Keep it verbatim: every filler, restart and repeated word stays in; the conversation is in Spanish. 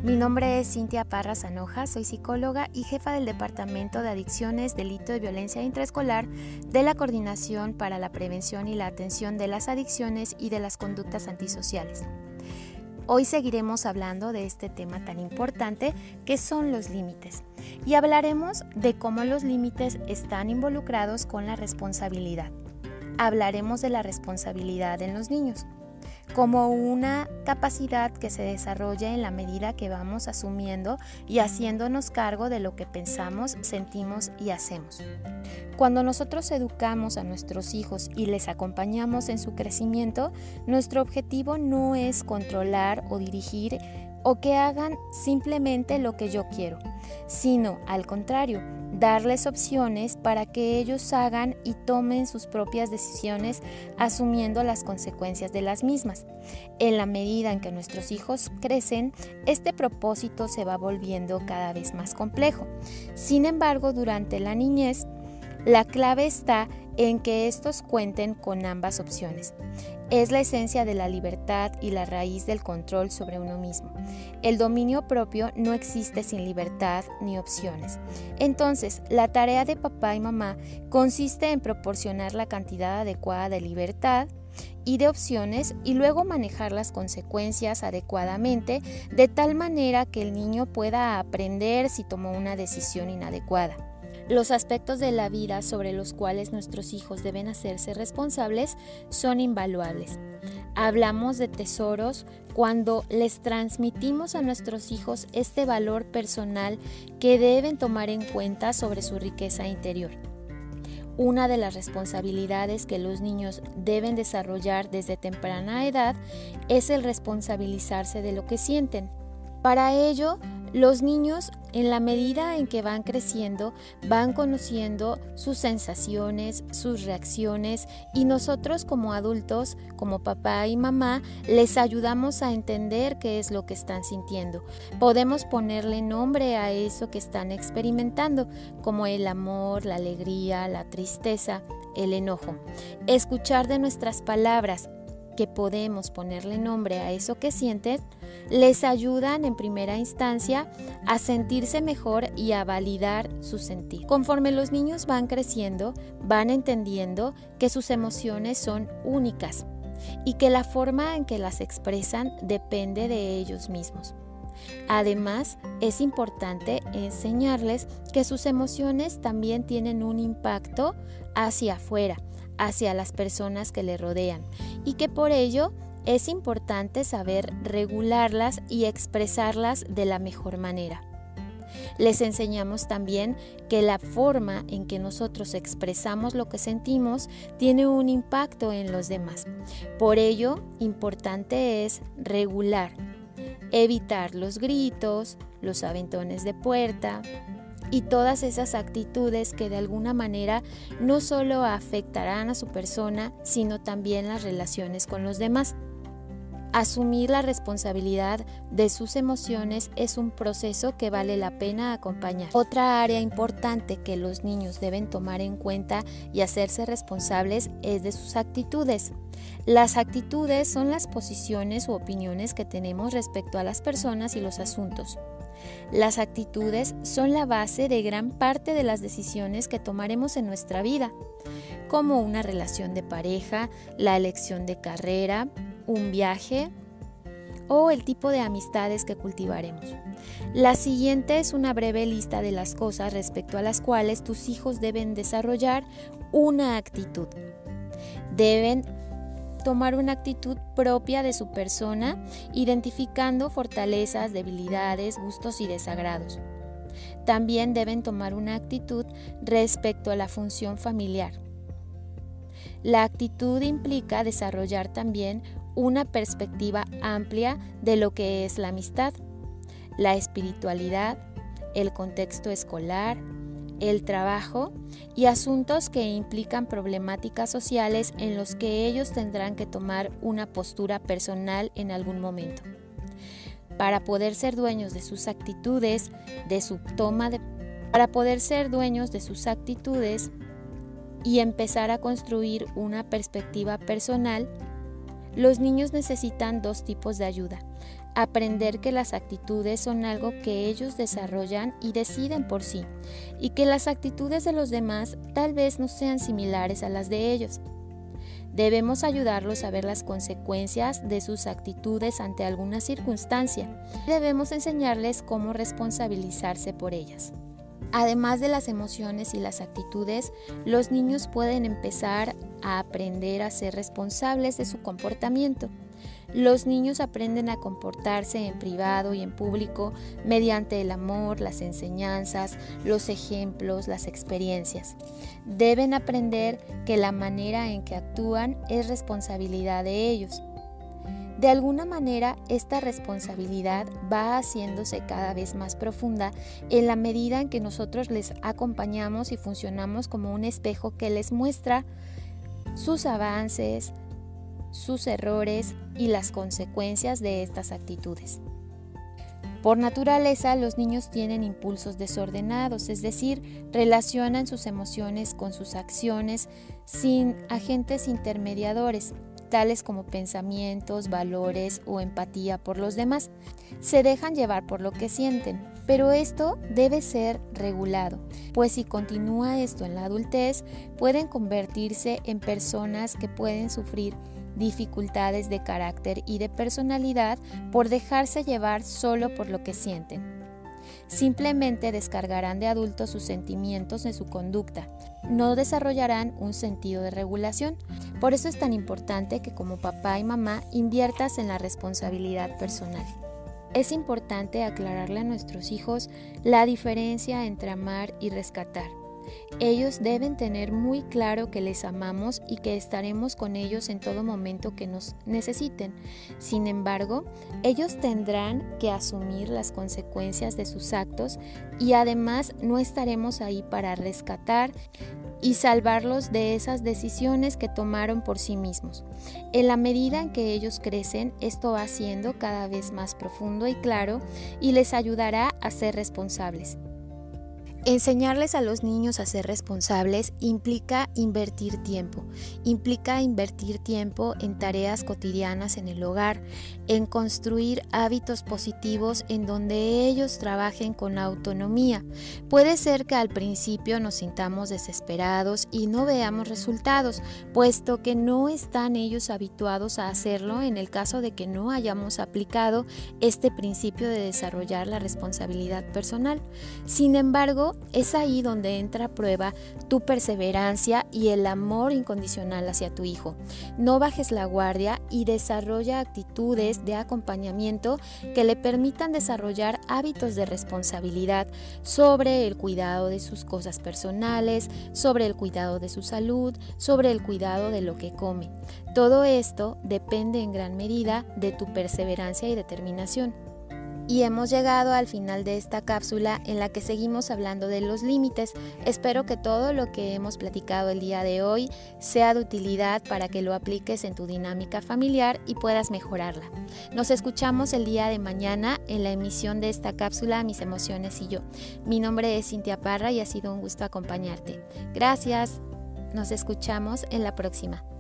Mi nombre es Cintia Parra Zanoja, soy psicóloga y jefa del Departamento de Adicciones, Delito y Violencia Intraescolar de la Coordinación para la Prevención y la Atención de las Adicciones y de las Conductas Antisociales. Hoy seguiremos hablando de este tema tan importante que son los límites y hablaremos de cómo los límites están involucrados con la responsabilidad. Hablaremos de la responsabilidad en los niños como una capacidad que se desarrolla en la medida que vamos asumiendo y haciéndonos cargo de lo que pensamos, sentimos y hacemos. Cuando nosotros educamos a nuestros hijos y les acompañamos en su crecimiento, nuestro objetivo no es controlar o dirigir o que hagan simplemente lo que yo quiero, sino al contrario, darles opciones para que ellos hagan y tomen sus propias decisiones asumiendo las consecuencias de las mismas. En la medida en que nuestros hijos crecen, este propósito se va volviendo cada vez más complejo. Sin embargo, durante la niñez, la clave está en que estos cuenten con ambas opciones. Es la esencia de la libertad y la raíz del control sobre uno mismo. El dominio propio no existe sin libertad ni opciones. Entonces, la tarea de papá y mamá consiste en proporcionar la cantidad adecuada de libertad y de opciones y luego manejar las consecuencias adecuadamente de tal manera que el niño pueda aprender si tomó una decisión inadecuada. Los aspectos de la vida sobre los cuales nuestros hijos deben hacerse responsables son invaluables. Hablamos de tesoros cuando les transmitimos a nuestros hijos este valor personal que deben tomar en cuenta sobre su riqueza interior. Una de las responsabilidades que los niños deben desarrollar desde temprana edad es el responsabilizarse de lo que sienten. Para ello, los niños, en la medida en que van creciendo, van conociendo sus sensaciones, sus reacciones y nosotros como adultos, como papá y mamá, les ayudamos a entender qué es lo que están sintiendo. Podemos ponerle nombre a eso que están experimentando, como el amor, la alegría, la tristeza, el enojo. Escuchar de nuestras palabras, que podemos ponerle nombre a eso que sienten, les ayudan en primera instancia a sentirse mejor y a validar su sentir. Conforme los niños van creciendo, van entendiendo que sus emociones son únicas y que la forma en que las expresan depende de ellos mismos. Además, es importante enseñarles que sus emociones también tienen un impacto hacia afuera, hacia las personas que le rodean y que por ello es importante saber regularlas y expresarlas de la mejor manera. Les enseñamos también que la forma en que nosotros expresamos lo que sentimos tiene un impacto en los demás. Por ello, importante es regular, evitar los gritos, los aventones de puerta y todas esas actitudes que de alguna manera no solo afectarán a su persona, sino también las relaciones con los demás. Asumir la responsabilidad de sus emociones es un proceso que vale la pena acompañar. Otra área importante que los niños deben tomar en cuenta y hacerse responsables es de sus actitudes. Las actitudes son las posiciones u opiniones que tenemos respecto a las personas y los asuntos. Las actitudes son la base de gran parte de las decisiones que tomaremos en nuestra vida, como una relación de pareja, la elección de carrera, un viaje o el tipo de amistades que cultivaremos. La siguiente es una breve lista de las cosas respecto a las cuales tus hijos deben desarrollar una actitud. Deben tomar una actitud propia de su persona, identificando fortalezas, debilidades, gustos y desagrados. También deben tomar una actitud respecto a la función familiar. La actitud implica desarrollar también una perspectiva amplia de lo que es la amistad, la espiritualidad, el contexto escolar, el trabajo y asuntos que implican problemáticas sociales en los que ellos tendrán que tomar una postura personal en algún momento. Para poder ser dueños de sus actitudes, de su toma de para poder ser dueños de sus actitudes y empezar a construir una perspectiva personal, Los niños necesitan dos tipos de ayuda. Aprender que las actitudes son algo que ellos desarrollan y deciden por sí, y que las actitudes de los demás tal vez no sean similares a las de ellos. Debemos ayudarlos a ver las consecuencias de sus actitudes ante alguna circunstancia. Debemos enseñarles cómo responsabilizarse por ellas. Además de las emociones y las actitudes, los niños pueden empezar a aprender a ser responsables de su comportamiento. Los niños aprenden a comportarse en privado y en público mediante el amor, las enseñanzas, los ejemplos, las experiencias. Deben aprender que la manera en que actúan es responsabilidad de ellos. De alguna manera, esta responsabilidad va haciéndose cada vez más profunda en la medida en que nosotros les acompañamos y funcionamos como un espejo que les muestra sus avances, sus errores y las consecuencias de estas actitudes. Por naturaleza, los niños tienen impulsos desordenados, es decir, relacionan sus emociones con sus acciones sin agentes intermediadores, tales como pensamientos, valores o empatía por los demás. Se dejan llevar por lo que sienten, pero esto debe ser regulado, pues si continúa esto en la adultez, pueden convertirse en personas que pueden sufrir dificultades de carácter y de personalidad por dejarse llevar solo por lo que sienten. Simplemente descargarán de adultos sus sentimientos en su conducta, no desarrollarán un sentido de regulación. Por eso es tan importante que como papá y mamá inviertas en la responsabilidad personal. Es importante aclararle a nuestros hijos la diferencia entre amar y rescatar. Ellos deben tener muy claro que les amamos y que estaremos con ellos en todo momento que nos necesiten. Sin embargo, ellos tendrán que asumir las consecuencias de sus actos y además no estaremos ahí para rescatar y salvarlos de esas decisiones que tomaron por sí mismos. En la medida en que ellos crecen, esto va siendo cada vez más profundo y claro y les ayudará a ser responsables. Enseñarles a los niños a ser responsables implica invertir tiempo, implica invertir tiempo en tareas cotidianas en el hogar, en construir hábitos positivos en donde ellos trabajen con autonomía. Puede ser que al principio nos sintamos desesperados y no veamos resultados, puesto que no están ellos habituados a hacerlo en el caso de que no hayamos aplicado este principio de desarrollar la responsabilidad personal. Sin embargo, es ahí donde entra a prueba tu perseverancia y el amor incondicional hacia tu hijo. No bajes la guardia y desarrolla actitudes de acompañamiento que le permitan desarrollar hábitos de responsabilidad sobre el cuidado de sus cosas personales, sobre el cuidado de su salud, sobre el cuidado de lo que come. Todo esto depende en gran medida de tu perseverancia y determinación. Y hemos llegado al final de esta cápsula en la que seguimos hablando de los límites. Espero que todo lo que hemos platicado el día de hoy sea de utilidad para que lo apliques en tu dinámica familiar y puedas mejorarla. Nos escuchamos el día de mañana en la emisión de esta cápsula Mis emociones y yo. Mi nombre es Cintia Parra y ha sido un gusto acompañarte. Gracias. Nos escuchamos en la próxima.